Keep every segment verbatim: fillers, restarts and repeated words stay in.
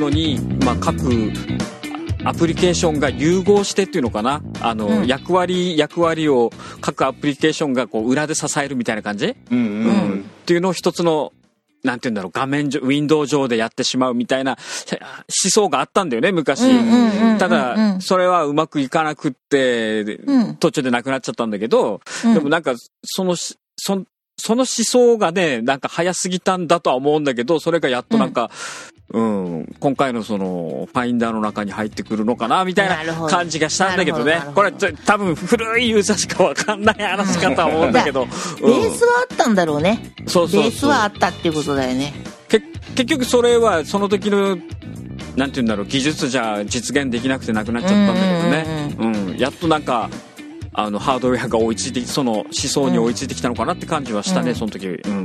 のに、まあ、各アプリケーションが融合してっていうのかな、あの、うん、役割役割を各アプリケーションがこう裏で支えるみたいな感じ、うんうんうん、っていうのを一つのなんていうんだろう、画面上ウィンドウ上でやってしまうみたいな思想があったんだよね昔、うんうんうんうん、ただそれはうまくいかなくって、うん、途中でなくなっちゃったんだけど、うん、でもなんかそのそその思想がねなんか早すぎたんだとは思うんだけど、それがやっとなんか、うんうん、今回のそのファインダーの中に入ってくるのかなみたいな感じがしたんだけどね。これ多分古いユーザーしかわかんない話かとは思うんだけど、うん、 ベースはあったんだろうね。そうそうそう、ベースはあったっていうことだよね。 け結局それはその時のなんていうんだろう、技術じゃ実現できなくてなくなっちゃったんだけどね、うんうんうん、やっとなんかあのハードウェアが追いついて、その思想に追いついてきたのかなって感じはしたね、うん、その時、うんうん、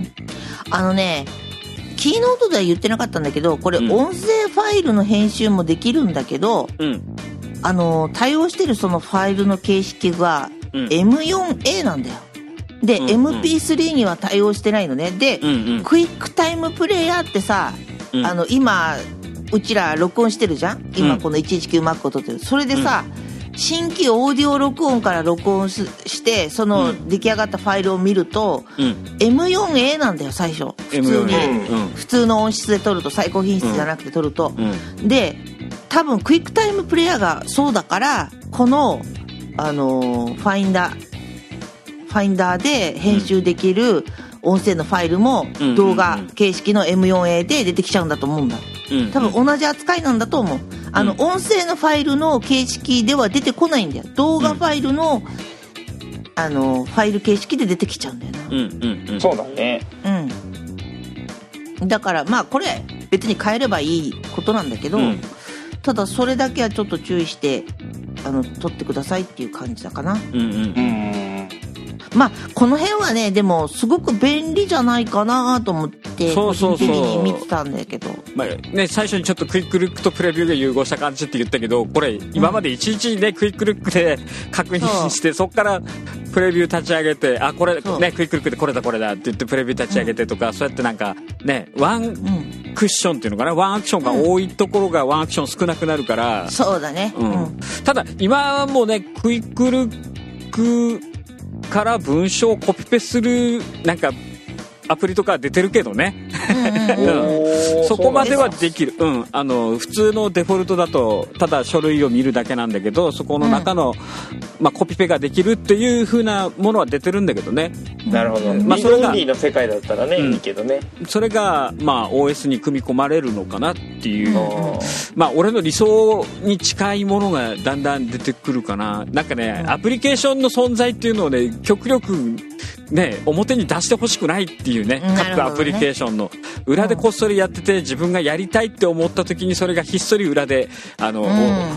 あのねキーノートでは言ってなかったんだけど、これ音声ファイルの編集もできるんだけど、うん、あの対応してるそのファイルの形式が エムフォーエー なんだよ。で、うんうん、エムピースリー には対応してないのね。で、うんうん、クイックタイムプレイヤーってさ、うん、あの今うちら録音してるじゃん、今このいちいちきゅうマックを撮ってる。それでさ、うん、新規オーディオ録音から録音してその出来上がったファイルを見ると、うん、エムフォーエー なんだよ最初。普通に、うん、普通の音質で撮ると、最高品質じゃなくて撮ると、うん、で多分クイックタイムプレイヤーがそうだから、このあのファインダーファインダーで編集できる音声のファイルも動画形式の エムフォーエー で出てきちゃうんだと思うんだ。多分同じ扱いなんだと思う。あの音声のファイルの形式では出てこないんだよ。動画ファイルのあのファイル形式で出てきちゃうんだよな。うんうんうん、そうだね。 うん。だからまあこれ別に変えればいいことなんだけど、うん、ただそれだけはちょっと注意してあの撮ってくださいっていう感じだかな。うんうんうん。まあこの辺はねでもすごく便利じゃないかなと思って個人的に見てたんだけど、 まあね、最初にちょっとクイックルックとプレビューが融合した感じって言ったけど、これ今までいちいちね、うん、クイックルックで確認して そ, そっからプレビュー立ち上げて、あこれねクイックルックでこれだこれだって言ってプレビュー立ち上げてとか、うん、そうやってなんかねワンクッションっていうのかな、ワンアクションが多いところがワンアクション少なくなるから、うん、 そうだね、うん、 ただ今もねクイックルックから文章をコピペするなんかアプリとか出てるけどね、うん、そこまではできる、うん、あの普通のデフォルトだとただ書類を見るだけなんだけど、そこの中の、うんまあ、コピペができるっていう風なものは出てるんだけどね。 なるほど、まあ、それがリーの世界だったらね、うん、いいけどね、 それが、まあ、オーエス に組み込まれるのかなっていう、うんまあ、俺の理想に近いものがだんだん出てくるかな。なんかね、うん、アプリケーションの存在っていうのをね極力ね、表に出してほしくないっていうね、各アプリケーションの裏でこっそりやってて、自分がやりたいって思った時にそれがひっそり裏であの、うん、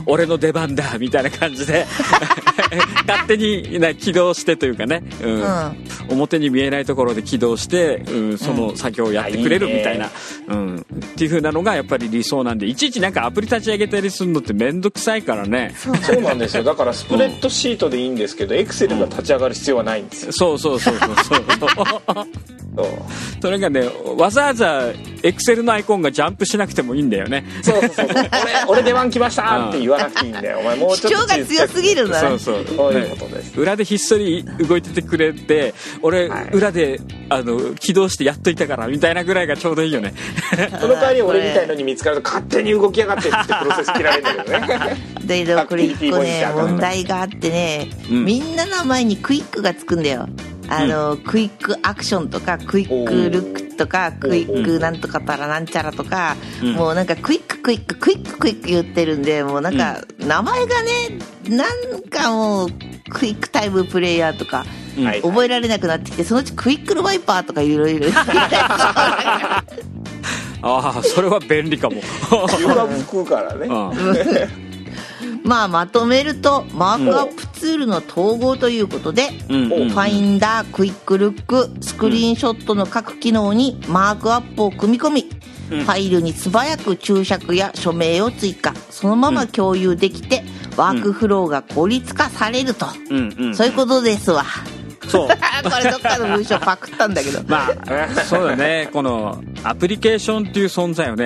俺の出番だみたいな感じで勝手に、ね、起動してというかね、うんうん、表に見えないところで起動して、うん、その作業をやってくれるみたいな、うん、っていう風なのがやっぱり理想なんで、いちいちなんかアプリ立ち上げたりするのってめんどくさいからね。 そうなんですよ。だからスプレッドシートでいいんですけど、エクセルが立ち上がる必要はないんですよ。 そうそうそうそうそうそうそれがね、わざわざエクセルのアイコンがジャンプしなくてもいいんだよね。 そうそうそう俺, 俺出番来ましたって言わなくていいんだよ。お前もうちょっと主張が強すぎるんだね。 そうそうそういうことです。裏でひっそり動いててくれて、俺、はい、裏であの起動してやっといたからみたいなぐらいがちょうどいいよね。 その代わり俺みたいのに見つかると勝手に動きやがってってプロセス切られるんだけどね。 だけどこれ一個ね問題があってね、うん、みんなの前にクイックがつくんだよ。あの、うん、クイックアクションとかクイックルックとかクイックなんとかたらなんちゃらとか、うん、もうなんかクイッククイッククイッククイック言ってるんで、もうなんか名前がねなんかもうクイックタイムプレイヤーとか覚えられなくなってきて、そのうちクイックルワイパーとかいろいろああそれは便利かも。 急が向くからね。 まあまとめるとマークアップツールの統合ということで、うん、ファインダー、クイックルック、スクリーンショットの各機能にマークアップを組み込み、うん、ファイルに素早く注釈や署名を追加、そのまま共有できて、うん、ワークフローが効率化されると、うんうん、そういうことですわ。そうこれどっかの文章パクったんだけどまあそうだね、このアプリケーションっていう存在をね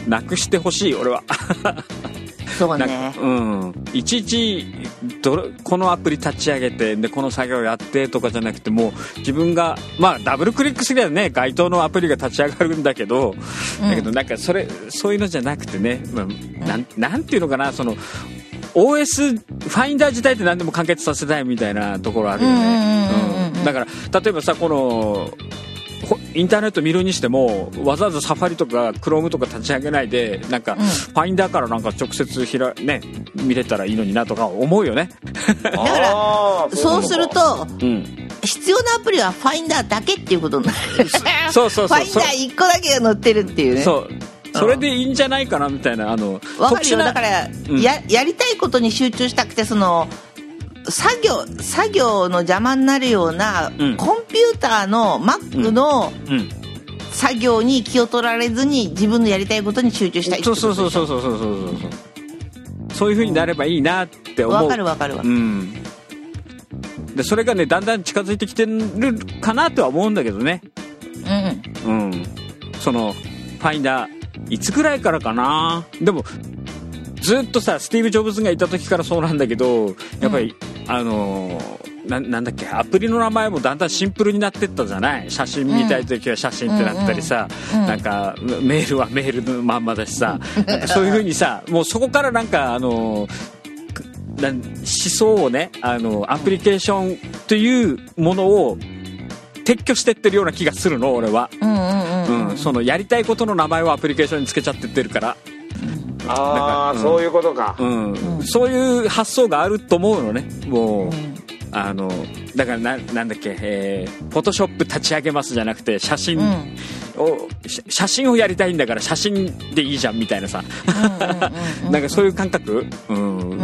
なくしてほしい俺はそうね、 うん、いちいちどこのアプリ立ち上げてでこの作業やってとかじゃなくてもう自分がまあダブルクリックすればね該当のアプリが立ち上がるんだけど、うん、だけどなんかそれそういうのじゃなくてね、まあ、なん、なんていうのかなそのオーエス ファインダー自体って何でも完結させたいみたいなところあるよね。だから例えばさこのインターネット見るにしてもわざわざサファリとかクロームとか立ち上げないでなんか、うん、ファインダーからなんか直接ひら、ね、見れたらいいのになとか思うよねだからそうすると、うん、必要なアプリはファインダーだけっていうことになるそうそうそうファインダーいっこだけが載ってるっていうね。 そうそれでいいんじゃないかなみたいなあのわかるよだから、うん、や, やりたいことに集中したくてその作業作業の邪魔になるような、うん、コンピューターの Mac の作業に気を取られずに自分のやりたいことに集中したいってことでしょ。 そうそうそうそうそうそうそうそういう風になればいいなって思う。 わかるわかるわかる、うん、 でそれがねだんだん近づいてきてるかなとは思うんだけどね。うん、うん、そのファインダーいつぐらいからかな。でもずっとさスティーブ・ジョブズがいた時からそうなんだけどやっぱり、うん、あのー、な, なんだっけアプリの名前もだんだんシンプルになってったじゃない。写真見たい時は写真ってなったりさ、うんうん、なんかメールはメールのまんまだしさ、うん、なんかそういう風にさもうそこからなんかあのー、な思想をねあのアプリケーションというものを撤去してってるような気がするの俺は、うんうんうんうん、そのやりたいことの名前をアプリケーションにつけちゃってってるから。 ああ、うん、そういうことか、 うんうん、そういう発想があると思うのねもう、うん、あのだから な, なんだっけ、えー、フォトショップ立ち上げますじゃなくて写真を、うん、写真をやりたいんだから写真でいいじゃんみたいなさなんかそういう感覚、うんうん、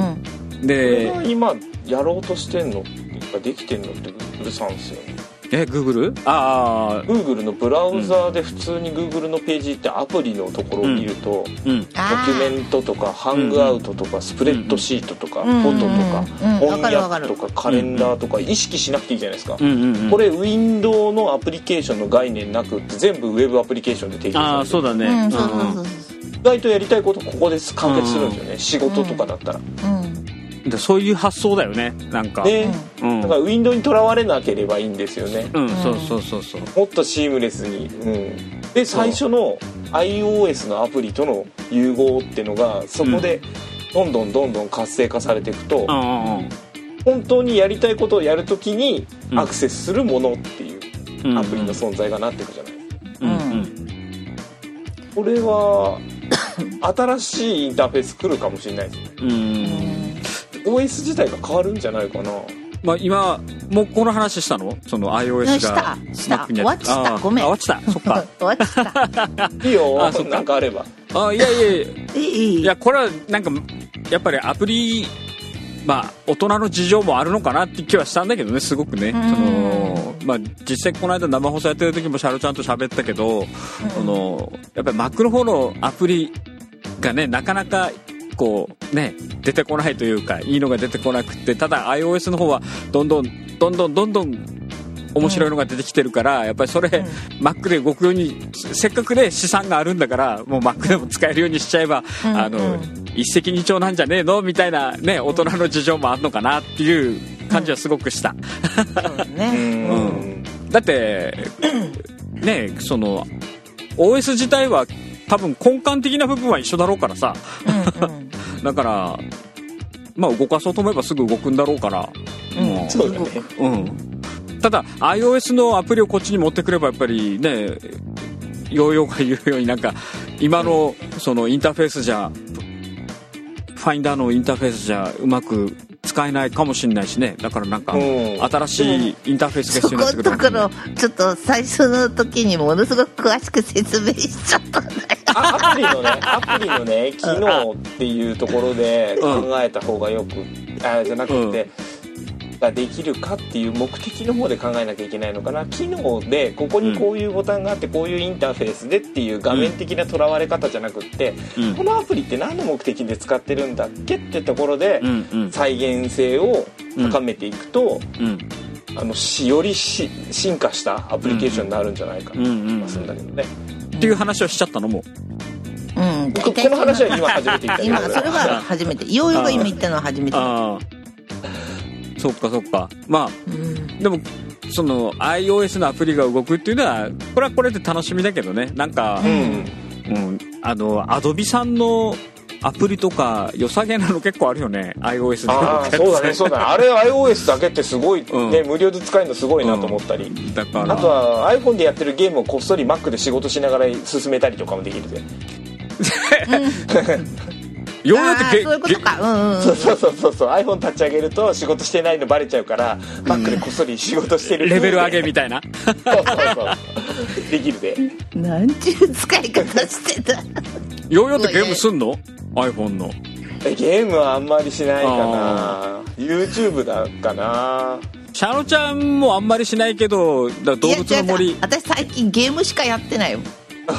で今やろうとしてんのできてんのってうるさんですよね。 え Google？ ああ Google のブラウザで普通に Google のページってアプリのところを見ると、うんうん、ドキュメントとかハングアウトとかスプレッドシートとか、うん、フォトとか、うん、翻訳とかカレンダーとか意識しなくていいじゃないですか、うんうんうん、これ Windows のアプリケーションの概念なくって全部ウェブアプリケーションで提供されてる。 あそうだね、うん、そうそうそう意外とやりたいことここで完結するんですよね、うん、仕事とかだったら、 うんでそういう発想だよねなんか、ねうん、だからウィンドウにとらわれなければいいんですよね、 うん、そうそうそうそうもっとシームレスに、うん、で最初の iOS のアプリとの融合っていうのがそこでどんどんどんどん活性化されていくと、うん、本当にやりたいことをやるときにアクセスするものっていうアプリの存在がなっていくじゃないですか、うんうん、これは新しいインターフェース来るかもしれないですね、うんオーエス 自体が変わるんじゃないかな。 まあ、今もうこの話したのその iOS がしたした終わっちゃったごめん終わっちゃったそっか終わっちゃったいいよなんかあればあいやいやいやいいいやこれはなんかやっぱりアプリまあ大人の事情もあるのかなって気はしたんだけどねすごくねそのまあ実際この間生放送やってる時もシャロちゃんと喋ったけどそのやっぱり Mac の方のアプリがねなかなかこうね出てこないというかいいのが出てこなくてただ iOS の方はどんどんどんどんどんどん面白いのが出てきてるから、うん、やっぱりそれ、うん、Mac で動くようにせっかくね資産があるんだからもう Mac でも使えるようにしちゃえば、うん、あの、うん、一石二鳥なんじゃねえのみたいなね大人の事情もあるのかなっていう感じはすごくした、 うんねうん、だってねその オーエス 自体は多分根幹的な部分は一緒だろうからさ、うんうん、だからまあ動かそうと思えばすぐ動くんだろうから、 うんうん、そうだね、 うん、ただ iOS のアプリをこっちに持ってくればやっぱりねヨーヨーが言うようになんか今のそのインターフェースじゃファインダーのインターフェースじゃうまく使えないかもしれないしねだからなんか新しいインターフェースが必要になってくる、 そこのところちょっと最初の時にものすごく詳しく説明しちゃったんだよアプリのねアプリのね機能っていうところで考えた方がよく、うん、あじゃなくて、うん、ができるかっていう目的の方で考えなきゃいけないのかな。機能でここにこういうボタンがあってこういうインターフェースでっていう画面的なとらわれ方じゃなくって、うん、このアプリって何の目的で使ってるんだっけってところで再現性を高めていくと、うんうんあのよりし進化したアプリケーションになるんじゃないかなと思いますんだけどね、 うんうん、っていう話をしちゃったのもうん、 この話は今初めて言った今それは初めてヨーヨーが今言ったのは初めて。 ああそっかそっか。まあ、うん、でもその iOS のアプリが動くっていうのはこれはこれで楽しみだけどね。なんか、うんうん、あのアドビさんのアプリとか良さげなの結構あるよね iOS で。 ああそうだねそうだね。あれ iOS だけってすごい、ねうん、無料で使えるのすごいなと思ったり、うん、だからあとは iPhone でやってるゲームをこっそり Mac で仕事しながら進めたりとかもできるぜ。 ようやってそういうことか、うんうん、 そうそうそうそう iPhone 立ち上げると仕事してないのバレちゃうから、うん、Mac でこっそり仕事してるレベル上げみたいなそうそうそうできるで。 なんちゅう使い方してた。 ようやってゲームすんの iPhone の。 ゲームはあんまりしないかな。 YouTube だかな。 シャロちゃんもあんまりしないけど動物の森。 私最近ゲームしかやってないよ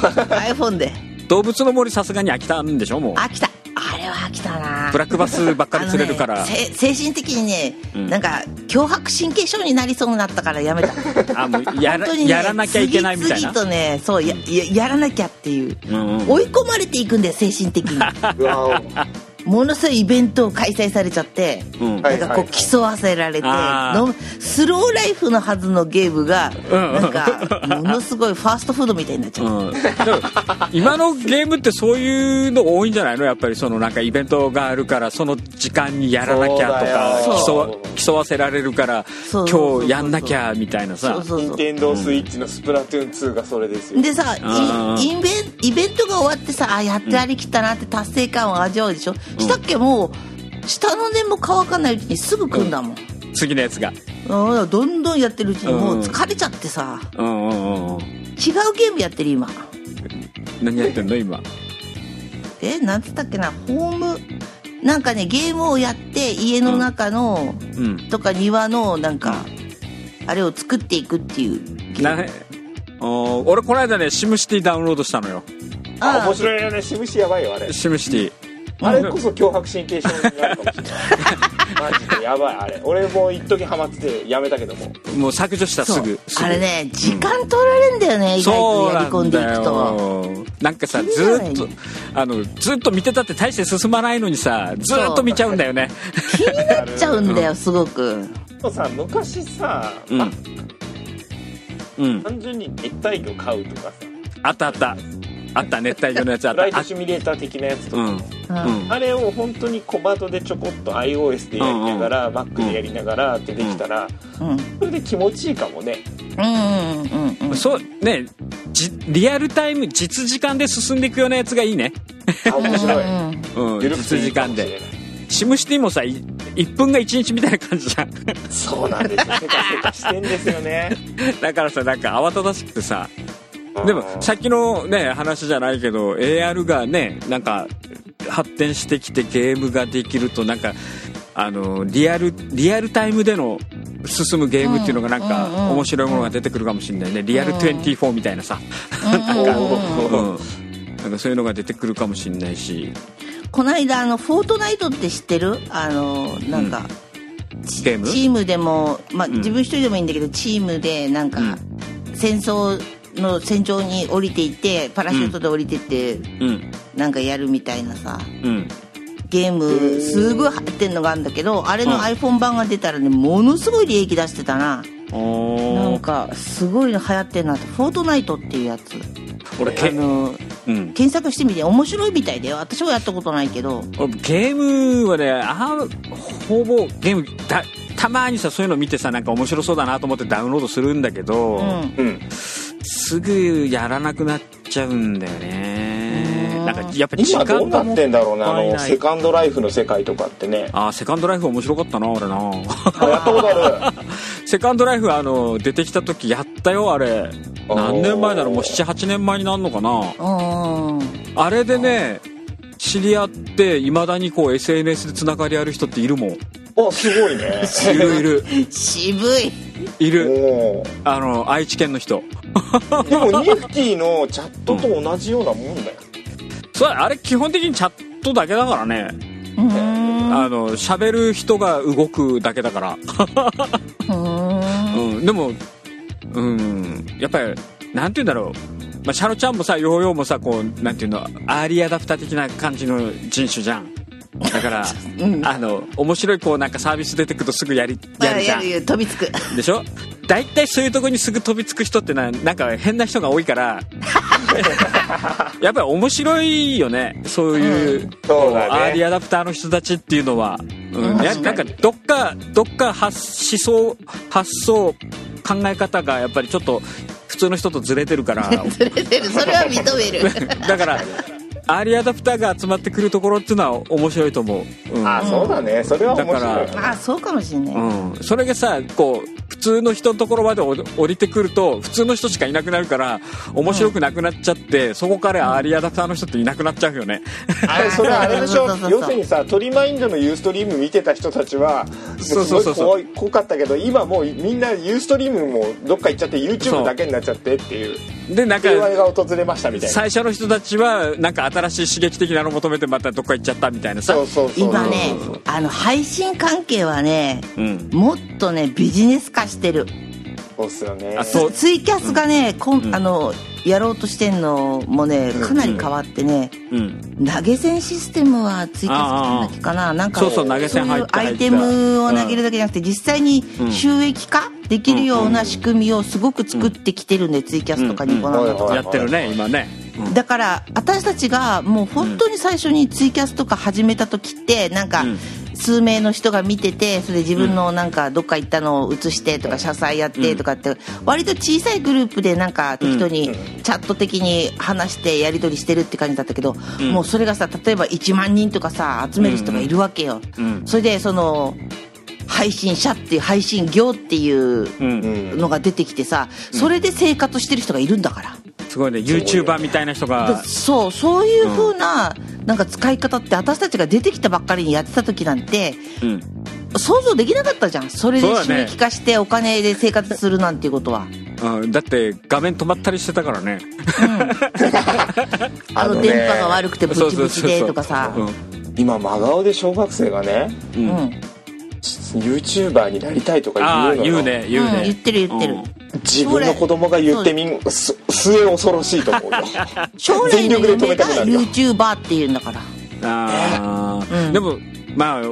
iPhone で。 動物の森さすがに飽きたんでしょもう。 飽きた。あれは飽きたな。 ブラックバスばっかり釣れるから、 ね、精神的にね、うん、なんか強迫神経症になりそうになったからやめた。 あもうや ら,、ね、やらなきゃいけないみたいな。 次々とねそう や, や, やらなきゃっていう、うんうん、追い込まれていくんだよ精神的に。ものすごいイベントを開催されちゃって、うん、なんかこう競わせられて、のスローライフのはずのゲームが、うん、なんかものすごいファーストフードみたいになっちゃう、うん、 今のゲームってそういうの多いんじゃないのやっぱり。そのなんかイベントがあるからその時間にやらなきゃとか競, 競わせられるから今日やんなきゃみたいなさ。 任天堂スイッチのスプラトゥーンツーがそれですよ。 でさイベンイベントが終わってさあやってやりきったなって達成感を味わうでしょ、うん、したっけもう下の根も乾かないうちにすぐ来んだもん、 うん、次のやつがどんどんやってるうちにもう疲れちゃってさ、うんうんうん、違うゲームやってる今。 何やってんの今。 えなんつったっけなホームなんかねゲームをやって家の中の、うん、とか庭のなんか、うん、あれを作っていくっていうゲーム。 お俺この間ねシムシティダウンロードしたのよ。 あ面白いよね。シムシティやばいよあれ。 シムシティあれこそ強迫神経症になるかもしれないマジでやばいあれ。俺も一時ハマっててやめたけどももう削除したすぐ。 あれね時間取られるんだよね、うん、意外とやり込んでいくと。 なんかさずっとあのずっと見てたって大して進まないのにさずっと見ちゃうんだよね。 気になっちゃうんだよすごく。 さ昔さ、うんうん、単純に熱帯魚飼うとかさあったあったあった熱帯魚のやつあった。 フライトシミュレーター的なやつとか、うんうん、あれを本当に小窓でちょこっと iOS でやりながら、うんうん、Mac でやりながらってできたら、うん、それで気持ちいいかもね。うんうんうん、そうねリアルタイム実時間で進んでいくようなやつがいいね。 あ面白い、 うん、実時間で。シムシティもさいっぷんがいちにちみたいな感じじゃん。 そうなんですよ。せかせかしてんですよね。 だからさなんか慌ただしくてさ。でもさっきのね話じゃないけど エーアール がねなんか発展してきてゲームができるとなんかあのリアルリアルタイムでの進むゲームっていうのがなんか面白いものが出てくるかもしれないね。リアルにじゅうよんみたいなさなんか、うん、なんかそういうのが出てくるかもしれないし。 この間あのフォートナイトって知ってる？あのなんか、 うん、ゲーム？ チームでもまあ、うん、自分一人でもいいんだけどチームでなんか、うん、戦争の戦場に降りていってパラシュートで降りてって、うん、なんかやるみたいなさ、うん、ゲームすごい流行ってんのがあるんだけどあれの iPhone 版が出たらねものすごい利益出してたな。なんかすごいの流行ってんなってフォートナイトっていうやつ俺あの、うん、検索してみて面白いみたいだよ。私はやったことないけどゲームはねあほぼゲームだたまにさそういうの見てさなんか面白そうだなと思ってダウンロードするんだけど、うん、すぐやらなくなっちゃうんだよね。なんかやっぱり時間がも今どうなってんだろうね。あのセカンドライフの世界とかってね。 あセカンドライフ面白かったな俺な。やったことある。 セカンドライフあの出てきた時やったよあれ。何年前だろうもう ななはちねんまえになるのかな。ああれでね知り合っていまだにこう エスエヌエス でつながりある人っているもん。 あすごいね。 いるいる渋いいるあの愛知県の人。 でもニフティのチャットと同じようなもんだよ、 うん、それあれ基本的にチャットだけだからね。あの喋る人が動くだけだからうん、でもうんやっぱりなんて言うんだろうまあ、シャロちゃんもさヨーヨーもさこうなんていうのアーリーアダプター的な感じの人種じゃん。だから、うん、あの面白いこうなんかサービス出てくるとすぐやりやるじゃん。 やる飛びつくでしょ。だいたいそういうとこにすぐ飛びつく人ってななんか変な人が多いからやっぱり面白いよねそういう、うん、 そうだね、 アーリーアダプターの人たちっていうのは、うん、やなんかどっかどっか発思想発想考え方がやっぱりちょっと普通の人とずれてるからずれてるそれは認めるだからアーリーアダプターが集まってくるところっていうのは面白いと思う、 うん、あそうだねそれは面白い。 だからあそうかもしれない、 うん、それがさこう普通の人のところまで降りてくると普通の人しかいなくなるから面白くなくなっちゃって、うん、そこからアーリーアダプターの人っていなくなっちゃうよね。 あれそれあれでしょ要するにさトリマインドのユーストリーム見てた人たちはすごい怖い濃かったけど今もうみんなユーストリームもどっか行っちゃって YouTube だけになっちゃってっていうでなんか平和が訪れましたみたいな。 最初の人たちはなんか新しい刺激的なのを求めてまたどっか行っちゃったみたいなさ。 そうそうそう今ねあの配信関係はね、うん、もっとねビジネス化してる。 そうっすよね。 あそうツイキャスがね、うん、あのやろうとしてんのもねかなり変わってね、うん、投げ銭システムはツイキャスなんだっけかななんかそうそう投げ銭入ったアイテムを投げるだけじゃなくて実際に収益化できるような仕組みをすごく作ってきてるんで、うん、ツイキャスとかニコ生とかやってるね今ね、 うん、だから私たちがもう本当に最初にツイキャスとか始めた時ってなんか、うん数名の人が見ててそれで自分のなんかどっか行ったのを映してとか謝罪やってとかって割と小さいグループでなんか適当にチャット的に話してやり取りしてるって感じだったけどもうそれがさ例えばいちまんにんとかさ集める人がいるわけよ。それでその配信者っていう配信業っていうのが出てきてさそれで生活してる人がいるんだからすごいね YouTuber みたいな人がそうそういう風ななんか使い方って私たちが出てきたばっかりにやってた時なんて、うん、想像できなかったじゃん。それで収益化してお金で生活するなんていうことは、 うん、だって画面止まったりしてたからね、うん、 あの電波が悪くてブチブチでとかさ今真顔で小学生がね、うん、YouTuber になりたいとか言うのよ。言うね言うね、 うん、言ってる言ってる、うん自分の子供が言ってみんす末恐ろしいと思うよ将来の夢が YouTuber っていうんだからあ、えーうん、でもまあね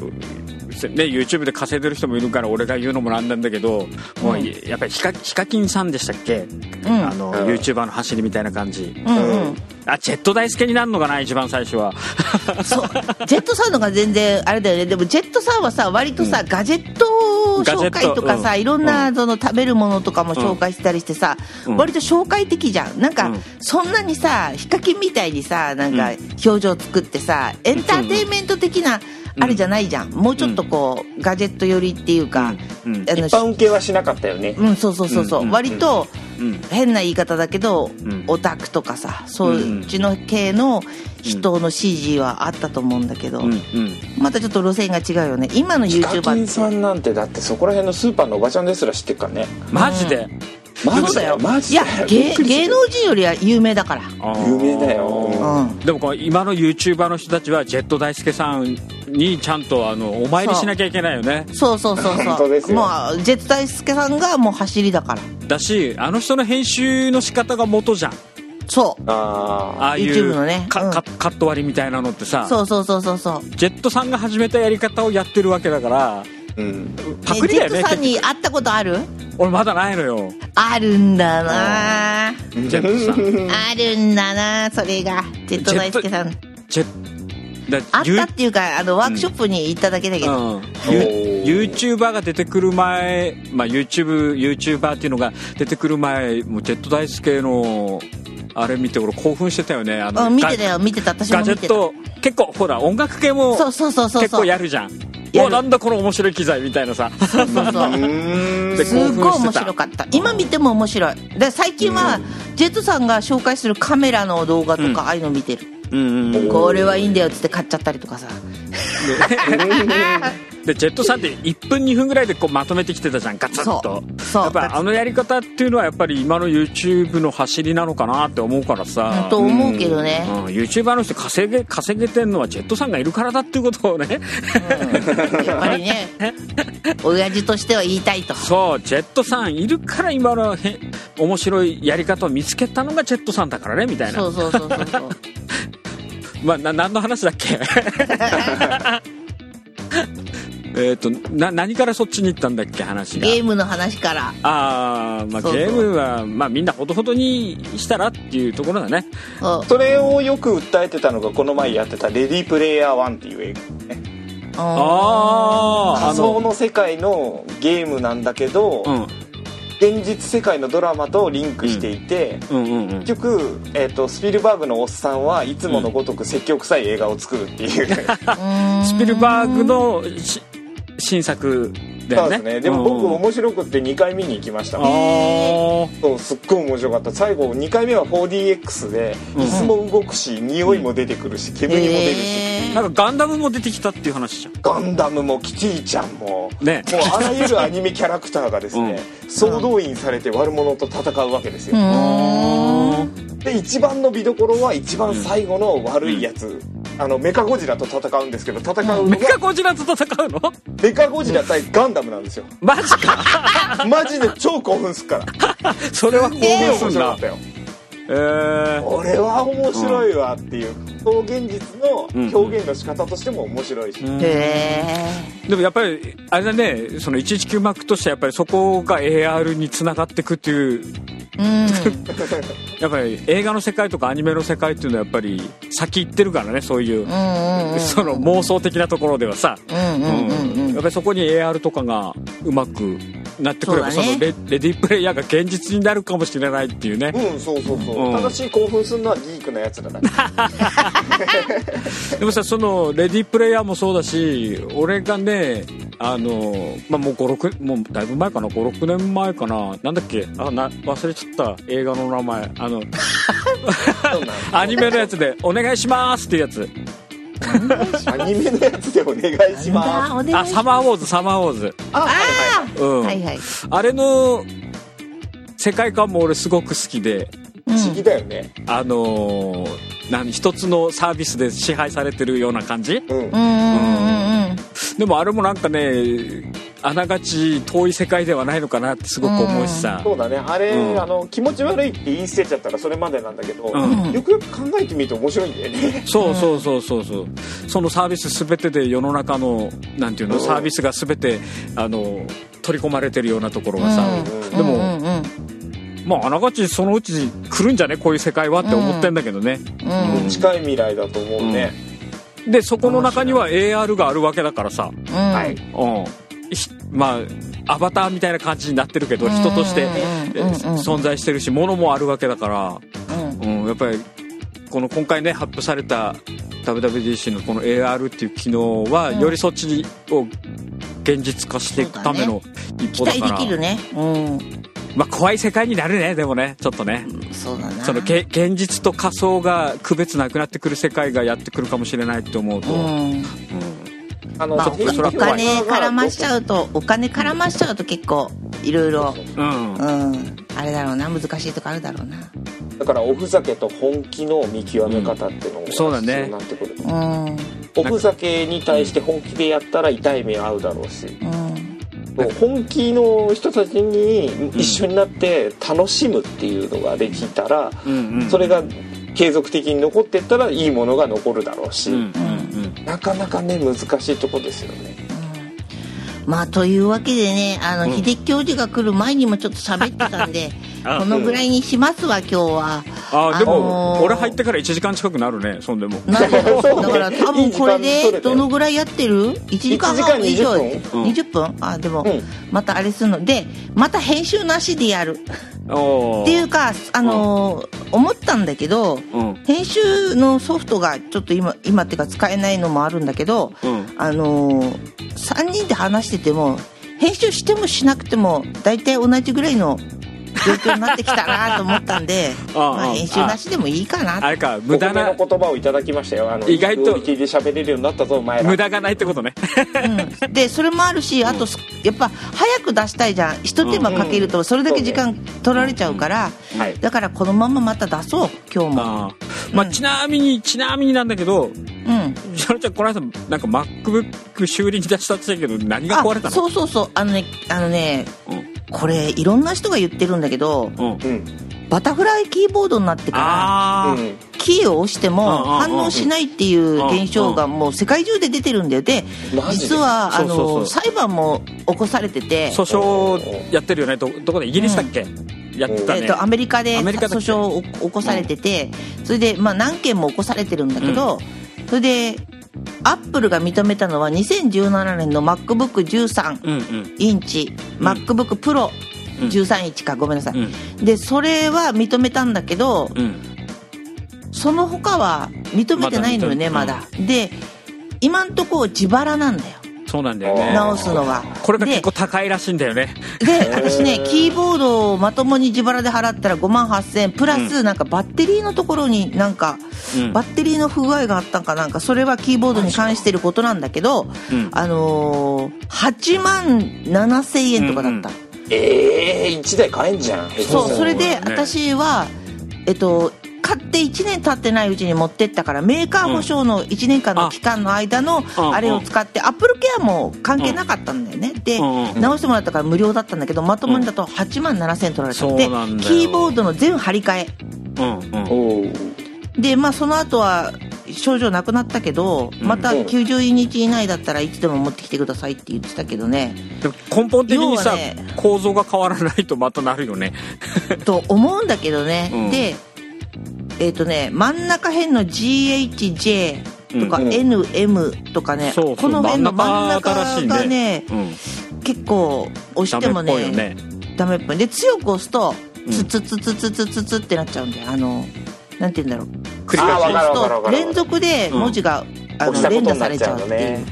YouTube で稼いでる人もいるから俺が言うのもなんなんだけど、うん、もうやっぱりヒカ、ヒカキンさんでしたっけ、うん、あの、うん、YouTuber の走りみたいな感じ、うんうん、あジェット大輔になるのかな一番最初はそうジェットさんのが全然あれだよね。でもジェットさんはさ割とさ、うん、ガジェット紹介とかさ、うん、いろんなその食べるものとかも紹介したりしてさ、うん、割と紹介的じゃん。なんか、うん、そんなにさヒカキンみたいにさなんか表情作ってさ、うん、エンターテインメント的なあれじゃないじゃん。もうちょっとこう、うん、ガジェット寄りっていうか、 うんうん、あの一般受けはしなかったよね。 うんそうそうそうそう、うん、割と、うん、変な言い方だけど、うん、オタクとかさそういうちの系の人の支持はあったと思うんだけど、うんうん、またちょっと路線が違うよね今の YouTuber って。 ヒカキンさんなんてだってそこら辺のスーパーのおばちゃんですら知ってるからね。 マジで、うんマジだよマジいや 芸, 芸能人よりは有名だから有名だよ、 うん、でもこう今の YouTuber の人たちはジェット大輔さんにちゃんとあのお参りしなきゃいけないよね。 そうそうそうそう本当ですよ。 もうジェット大輔さんがもう走りだからだしあの人の編集の仕方が元じゃん。 そうあああいう YouTube のね、 か、うん、カット割りみたいなのってさそうそうそうそうそうジェットさんが始めたやり方をやってるわけだからうん、パクリだよね。 ジェットさんに会ったことある？ 俺まだないのよ。 あるんだなジェットさんあるんだなそれがジェット大輔さんジェあったっていうかあのワークショップに行っただけだけど、うんうん、 YouTuber が出てくる前、まあ、YouTube YouTuber っていうのが出てくる前もうジェット大輔のあれ見て俺興奮してたよね。あの、 うん、見てたよ見てた私も見てた。ガジェット結構ほら音楽系も結構やるじゃん。おなんだこの面白い機材みたいなさそうそうそうですっごい面白かった。今見ても面白いで最近はジェットさんが紹介するカメラの動画とか、うん、ああいうの見てる、うんうんうん、これはいいんだよっつって買っちゃったりとかさでジェットさんっていっぷんにふんぐらいでこうまとめてきてたじゃん、ガツッと。やっぱりあのやり方っていうのはやっぱり今の YouTube の走りなのかなって思うからさ。 と思うけどね、 うんうん、YouTuber の人稼げ稼げてんのはジェットさんがいるからだっていうことをね、 うん、やっぱりね親父としては言いたいと。 そう、ジェットさんいるから今のへ面白いやり方を見つけたのがジェットさんだからねみたいな。 そうそうそうそうそうまあな何の話だっけえっとな何からそっちに行ったんだっけ話が。 ゲームの話から。 ああ、まあ、ゲームは、まあ、みんなほどほどにしたらっていうところだね。 それをよく訴えてたのがこの前やってたレディープレイヤーワンっていう映画ね。ああ、仮想の世界のゲームなんだけど、うん、現実世界のドラマとリンクしていて、うんうんうんうん、結局、えーと、スピルバーグのおっさんはいつものごとく積極臭い映画を作るっていう、うん、 スピルバーグの新作だよね。 そうですね。でも僕面白くってにかい見に行きました。あそうすっごい面白かった。最後にかいめは フォーディーエックス で椅子も動くし、うん、匂いも出てくるし煙も出るし、 なんかガンダムも出てきたっていう話じゃん。 ガンダムもキティちゃんも、ね、もうあらゆるアニメキャラクターがですね、うん、総動員されて悪者と戦うわけですよ。で一番の見どころは一番最後の悪いやつ、うん、あのメカゴジラと戦うんですけど、戦うのがメカゴジラと戦うのメカゴジラ対ガンダムなんですよ。 マジかマジで超興奮すっからそれは興奮するんだ。 えー、俺は面白いわっていう、うん、表現実の表現の仕方としても面白いし、うん、 へーでもやっぱりあれだね、そのいちいちきゅうマークとしてやっぱりそこが エーアール につながっていくっていう、うん、やっぱり映画の世界とかアニメの世界っていうのはやっぱり先行ってるからね、そういう、うんうんうん、その妄想的なところではさ、うんうんうんうん、やっぱりそこに エーアール とかがうまくなってくれば そ,、ね、その レ, レディープレイヤーが現実になるかもしれないっていうね。 うん、そうそうそう、うん、正しい興奮するのはギークなやつらだでもさ、そのレディープレイヤーもそうだし、俺がね、あの、まあ、もうごろくもうだいぶ前かな、ごろくねんまえかな、なんだっけ、あな忘れちゃった映画の名前、あのアニメのやつでお願いしますっていうやつアニメのやつでお願いします。 あ、サマーウォーズ、サマーウォーズ。 あ、はいはい、うん、はいはい。 あれの世界観も俺すごく好きで、 不思議だよね。 あのー、何一つのサービスで支配されてるような感じ。うん。うんうんうん。でもあれもなんかね、あながち遠い世界ではないのかなってすごく思うしさ。 そうだね。あれ、うん、あの気持ち悪いって言い捨てちゃったらそれまでなんだけど、うん、よくよく考えてみると面白いんだよね。 そうそうそうそうそう。そのサービスすべてで世の中のなんていうの、サービスがすべてあの取り込まれてるようなところがさ、うん、でも。うんうんうん、まあ、あながちそのうち来るんじゃねこういう世界はって思ってんだけどね、 うんうん、近い未来だと思うね、 うん、でそこの中には エーアール があるわけだからさ、うんはいうん、まあアバターみたいな感じになってるけど人として存在してるし物もあるわけだから、うんうん、やっぱりこの今回ね発表された ダブリューダブリューディーシー のこの エーアール っていう機能はよりそっちを現実化していくための一歩だから、 期待できるね、うんまあ、怖い世界になるね。でもねちょっとね、 うん、そうだな。 そのけ現実と仮想が区別なくなってくる世界がやってくるかもしれないって思うと、うんうんあのまあ、お金絡ましちゃうとお金絡ましちゃうと結構いろいろあれだろうな、難しいとこあるだろうな。 だからおふざけと本気の見極め方っていうのが必要になってくる、うん、おふざけに対して本気でやったら痛い目合うだろうし、うん本気の人たちに一緒になって楽しむっていうのができたら、うんうん、それが継続的に残っていったらいいものが残るだろうし、うんうんうん、なかなかね難しいとこですよね、 うん、まあというわけでねあの、うん、秀樹教授が来る前にもちょっと喋ってたんでこのぐらいにしますわ今日は。 あでも、あのー、俺入ってからいちじかん近くなるねそんでもなるほどだから多分これでどのぐらいやってるいちじかんはん以上にじゅっぷん、うん、あでも、うん、またあれするのでまた編集なしでやるっていうかあのーうん、思ったんだけど、うん、編集のソフトがちょっと今今っていうか使えないのもあるんだけど、うん、あのー、さんにんで話してても編集してもしなくても大体同じぐらいの状況になってきたなと思ったんでまあ編集なしでもいいかな。 あれか、無駄な言葉をいただきましたよ。あの意外とクオリティで喋れるようになったぞお前ら。 無駄がないってことね、 うん、でそれもあるし、あとやっぱ早く出したいじゃん。一手間かけるとそれだけ時間取られちゃうから、うんはい、だからこのまままた出そう今日も。あ、 まあ、ちなみにちなみになんだけど、うん、しのちゃんこの間なんか MacBook 修理に出したって言ったけど何が壊れたの？ そうそうそう、あのねあのね、うん、これいろんな人が言ってるんだけど、うん、バタフライキーボードになってからキーを押しても反応しないっていう現象がもう世界中で出てるんだよ。で実はあの裁判も起こされてて、 訴訟やってるよね。 ど, どこでイギリスだっけ、うん、やったね、 えー、とアメリカで訴訟を起こされてて、それでまあ何件も起こされてるんだけど、うん、それでアップルが認めたのはにせんじゅうななねんの マックブックじゅうさんインチ、うんうん、MacBook Proじゅうさんインチか、ごめんなさい、うん、でそれは認めたんだけど、うん、その他は認めてないのよね、まだ、まだ、うん、で今んとこ自腹なんだよ。 そうなんだよね、 直すのは。 これが結構高いらしいんだよね。 で私ねキーボードをまともに自腹で払ったらごまんはっせんえんプラスなんかバッテリーのところになんか、うん、バッテリーの不具合があったんかなんか、それはキーボードに関してることなんだけど、うん、あのー、はちまんななせんえんとかだった、うんうん、 えー、いちだい買えんじゃん。 そう、それで私はえっと買っていちねん経ってないうちに持ってったから、メーカー保証のいちねんかんの期間の間のあれを使って、アップルケアも関係なかったんだよね。で直してもらったから無料だったんだけど、まともにだとはちまんななせんえん取られちゃって、キーボードの全張り替え、うんうん、でまあその後は症状なくなったけど、またきゅうじゅうにち以内だったらいつでも持ってきてくださいって言ってたけどね。 でも根本的にさ、ね、構造が変わらないとまたなるよねと思うんだけどね、うん、でえーとね、真ん中辺の ジーエイチジェー とか エヌエム とかね、うんうん、この辺の真ん中がね、うん、結構押してもねダメっぽい。で強く押すとツツツツツツツツってなっちゃうんだよ。あのなんて言うんだろう、 繰り返し押すと連続で文字が、うん、あの連打されちゃうっていう。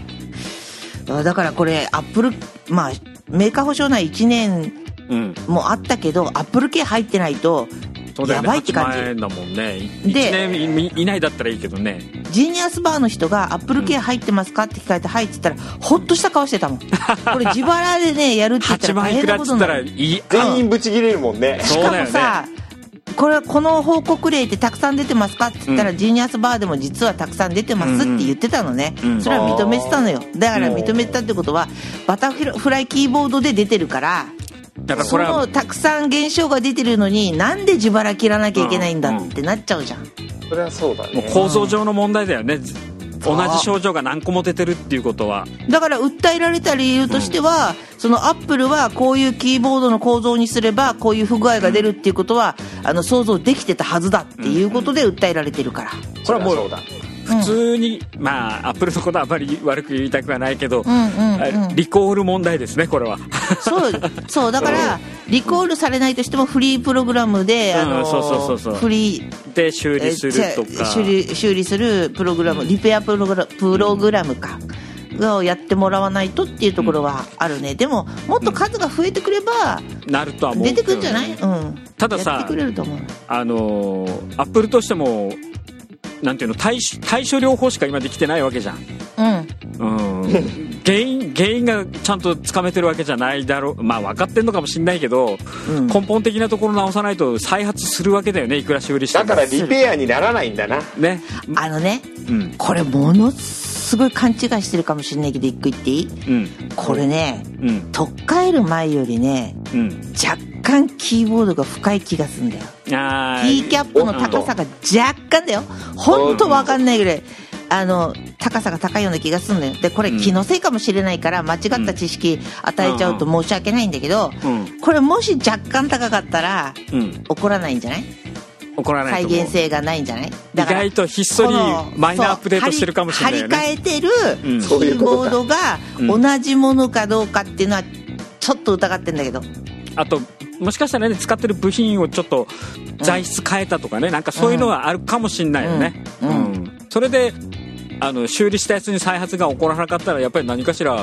だからこれアップル、まあメーカー保証内いちねんもあったけど、うん、アップル系入ってないとやばいって感じ。 はちまんえんだもんね。いちねん以内だったらいいけどね。 ジーニアスバーの人がアップルケア入ってますかって聞かれて入って言ったらホッとした顔してたもん。これ自腹でねやるって言ったら大変なことになる。 全員ブチ切れるもんね。 しかもさ、これこの報告例ってたくさん出てますかって言ったら、うん、ジーニアスバーでも実はたくさん出てますって言ってたのね、うんうん、それは認めてたのよ。だから認めてたってことはバタフライキーボードで出てるから、だからこれはそのたくさん現象が出てるのになんで自腹切らなきゃいけないんだってなっちゃうじゃん、うんうん、 それはそうだね。 もう構造上の問題だよね、うん、同じ症状が何個も出てるっていうことは。 だから訴えられた理由としては、うん、そのアップルはこういうキーボードの構造にすればこういう不具合が出るっていうことは、うん、あの想像できてたはずだっていうことで訴えられてるから、 うんうん、これはもうそうだ普通に、うん、まあアップルのことはあまり悪く言いたくはないけど、うんうんうん、リコール問題ですねこれは。 そうそうだからリコールされないとしてもフリープログラムで、あのフリーで修理するとか、 修理、修理するプログラム、リペアプログラム、プログラムかをやってもらわないとっていうところはあるね。でももっと数が増えてくれば、 うん、なるとは思うけど、ね、出てくるんじゃない、うん、 たださ、 やってくれると思う。 あのアップルとしてもなんていうの、対処、対処療法しか今できてないわけじゃん。うん、うん、原因原因がちゃんとつかめてるわけじゃないだろう。まあ分かってんのかもしれないけど、うん、根本的なところ直さないと再発するわけだよね、いくら修理しても。 だからリペアにならないんだなね。 あのね、うん、これものすごい勘違いしてるかもしれないけど一個言っていい、うん、これね、うん、取っ替える前よりね、うん、若干キーボードが深い気がするんだよ。あ P キャップの高さが若干だよ、ほんと分かんないぐらいあの高さが高いような気がするんだよ。でこれ気のせいかもしれないから間違った知識与えちゃうと申し訳ないんだけど、うん、これもし若干高かったら、うん、怒らないんじゃない？ 怒らないと思う。 再現性がないんじゃない？ だから意外とひっそりマイナーアップデートしてるかもしれないよね。 張り替えてるキーボードが同じものかどうかっていうのはちょっと疑ってんだけど、 あともしかしたらね、使ってる部品をちょっと材質変えたとかね、うん、なんかそういうのはあるかもしれないよね、うんうんうん、それであの修理したやつに再発が起こらなかったらやっぱり何かしら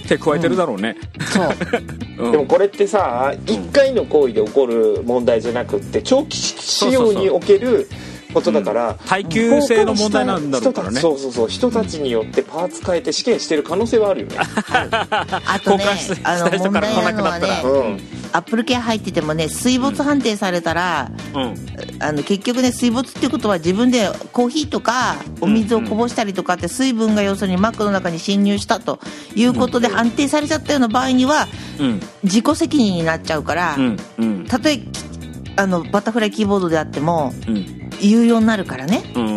手加えてるだろうね、 うん、そう、 うん、でもこれってさいっかいの行為で起こる問題じゃなくって長期使用におけることだから、うん、 耐久性の問題なんだろうからね。 そうそうそう、人たちによってパーツ変えて試験してる可能性はあるよね。 あとね、あの問題なのはね、うん、アップル系入っててもね、水没判定されたら、うん、あの結局ね、水没っていうことは自分でコーヒーとかお水をこぼしたりとかって水分が要するにマックの中に侵入したということで判定されちゃったような場合には、うん、自己責任になっちゃうから、うんうん、たとえあのバタフライキーボードであっても、うん有用になるからね、うん、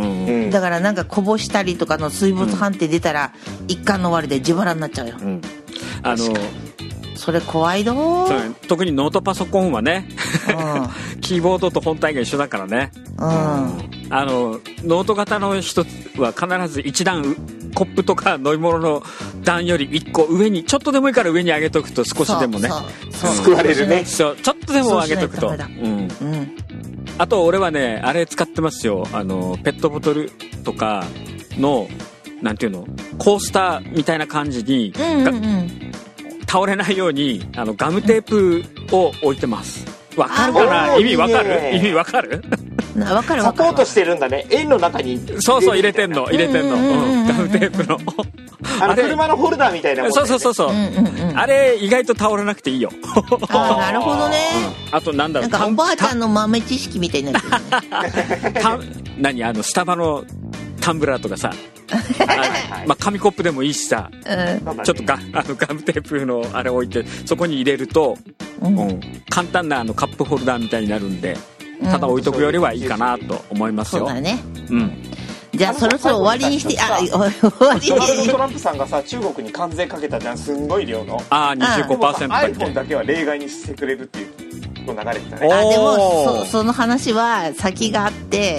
だからなんかこぼしたりとかの水没判定出たら、うん、一巻の終わりで自腹になっちゃうよ、うん、あのそれ怖いどー。 特にノートパソコンはね、うん、キーボードと本体が一緒だからね、うん、あのノート型の一つは必ず一段コップとか飲み物の段より一個上にちょっとでもいいから上に上げとくと少しでもね救われるね。 そうちょっとでも上げとくと、うんうんあと俺はねあれ使ってますよ、あのペットボトルとかのなんていうのコースターみたいな感じに、うんうんうん、倒れないようにあのガムテープを置いてます。わかるかな、意味わかる、意味わかるわかるサポートしてるんだね、円の中にそうそう入れてんの入れてんの、うん、ガムテープのあの車のホルダーみたいなもん、ね、 そうそうそうそう、うんうんうん、あれ意外と倒れなくていいよあなるほどね、 うん、あとなんだろう、 なんかおばあちゃんの豆知識みたいになってる、ね、 何あのスタバのタンブラーとかさあまあ、紙コップでもいいしさ、うん、ちょっとガあのガムテープのあれ置いてそこに入れると、うんうん、簡単なあのカップホルダーみたいになるんでただ置いとくよりはいいかなと思いますよ、 そうだね、うん、じゃあそろそろ終わりにしてあ終わりにドナルド・トランプさんがさ中国に関税かけたじゃん、すんごい量のああ にじゅうごパーセント だけ iPhone だけは例外にしてくれるっていう流れてたね。あでも そ, その話は先があって、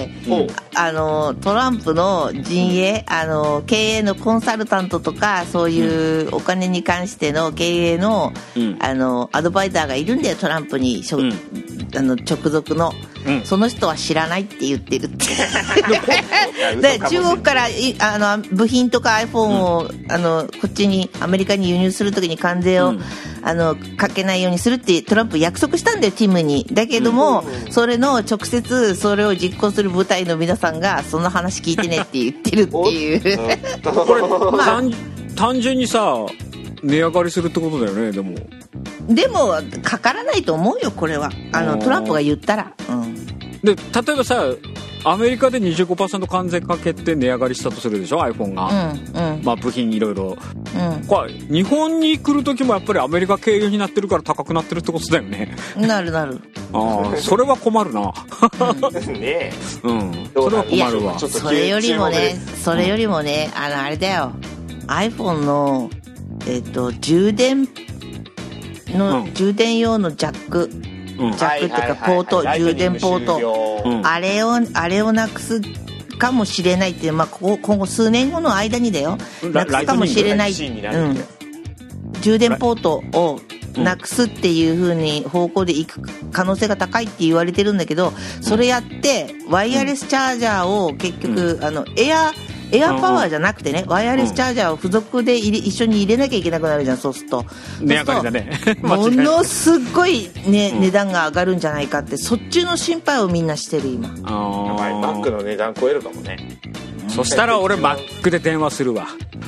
うん、あのトランプの陣営、あの経営のコンサルタントとかそういうお金に関しての経営の、うん、あのアドバイザーがいるんだよトランプに、うん、あの直属の、うん、その人は知らないって言ってるってで中国からあの部品とか iPhone を、うん、あのこっちにアメリカに輸入するときに関税を、うん、あのかけないようにするってトランプ約束したんだよティムに。だけども、うん、それの直接それを実行する部隊の皆さんがその話聞いてねって言ってるっていうこれ、まあ、単純にさ値上がりするってことだよね。でもでもかからないと思うよこれはあのトランプが言ったら、うん、 で例えばさアメリカで にじゅうごパーセント 関税かけて値上がりしたとするでしょ iPhone が、うんうんまあ、部品いろいろ、うん、これ日本に来る時もやっぱりアメリカ経由になってるから高くなってるってことだよね。 なるなるあそれは困るな、 うんねうん、それは困るわ。 それよりもねそれよりもねあのあれだよ iPhone の、えー、と充電の、うん、充電用のジャックジャックっていうかポート、充電ポート、うん、あれをあれをなくすかもしれないっていう、まあ、今後数年後の間にだよなくすかもしれない、うん、充電ポートをなくすっていう風に方向でいく可能性が高いって言われてるんだけど、それやってワイヤレスチャージャーを結局、うん、あのエアエアパワーじゃなくてね、ワイヤレスチャージャーを付属で入れ一緒に入れなきゃいけなくなるじゃん。そうすると値上がりだねものすごい、ねうん、値段が上がるんじゃないかってそっちの心配をみんなしてる今。 あやばいマックの値段超えるかもね、 うん、そしたら俺マックで電話するわ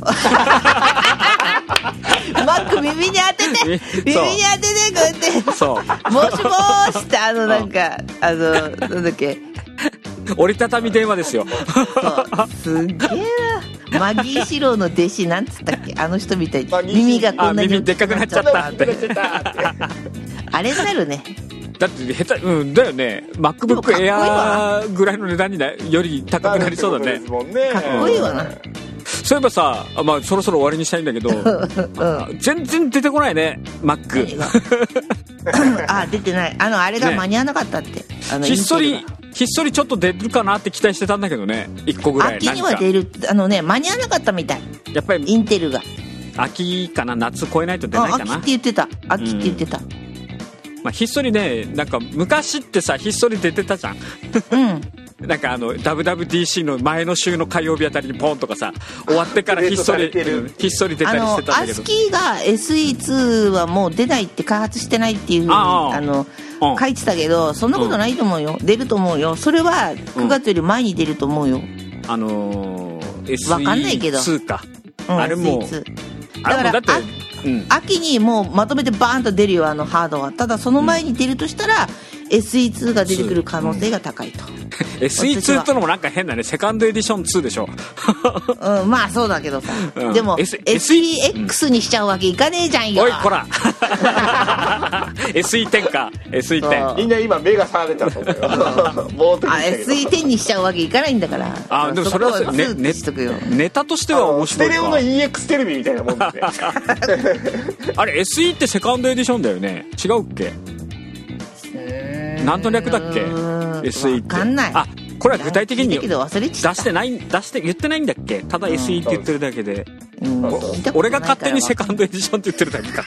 マック耳に当てて耳に当ててこうやってそうもしもーしってあのなんかあのなんだっけ折りたたみ電話ですよそうすげえなマギー四郎の弟子なんつったっけあの人みたいに耳がこんなに耳でっかくなっちゃったってあれになるね。 だって下手うんだよね MacBook Air ぐらいの値段になより高くなりそうだね。 かっこいいわな。 そういえばさ、まあ、そろそろ終わりにしたいんだけど、うん、全然出てこないね Mac あ出てないあのあれが間に合わなかったって、ね、あのひっそりひっそりちょっと出るかなって期待してたんだけどねいっこぐらい秋には出るあのね間に合わなかったみたいやっぱりインテルが秋かな夏超えないと出ないかな。 秋って言ってた秋って言ってた、うんまあ、ひっそりねなんか昔ってさひっそり出てたじゃんうんなんかあの ダブリューダブリューディーシー の前の週の火曜日あたりにポンとかさ、終わってからひっそりひっそり出たりしてたんだけど、 アスキーが エスイーツー はもう出ないって開発してないっていうふうにああの書いてたけど、そんなことないと思うよ、うん、出ると思うよ。それはくがつより前に出ると思うよ、うん、 あのー、エスイーツーわかんないけどか、 うん、 あれもだからだってうん、秋にもうまとめてバーンと出るよ、あのハードは。ただその前に出るとしたら、うん、エスイーツー が出てくる可能性が高いと、うん、 エスイーツー ってのもなんか変だね。セカンドエディションツーでしょうん、まあそうだけどさ、うん、でも S、エスイーエックス にしちゃうわけいかねえじゃんよ、 おいこらエスイーテン か エスイーテンみんな今目が覚めたと思うよあ エスイーテン にしちゃうわけいかないんだから。 あでもそれはね、ね、ネタとしては面白い。 ステレオの イーエックス テレビみたいなもんですねあれ エスイー ってセカンドエディションだよね、違うっけ？何の略だっけ エスイー って。 分かんない。 あこれは具体的に出してない、出して言ってないんだっけ？ただ エスイー って言ってるだけで、 うん、 俺が勝手にセカンドエディションって言ってるだけか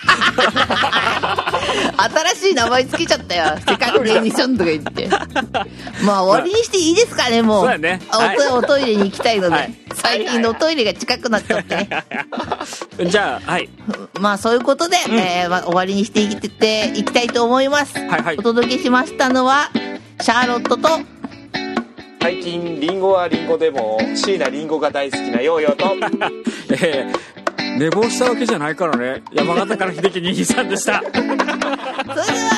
新しい名前つけちゃったよ、セカンドエディションとか言ってまあ終わりにしていいですかね、もう。 そうだね、 はい、お, おトイレに行きたいので、はい、最近のおトイレが近くなっちゃってじゃあはいまあそういうことで、うんえーまあ、終わりにしていきていきたいと思います、はいはい、お届けしましたのはシャーロットと、 最近リンゴはリンゴでも椎名林檎が大好きなヨーヨーとえー、寝坊したわけじゃないからね。山形から秀樹兄さんでしたそれでは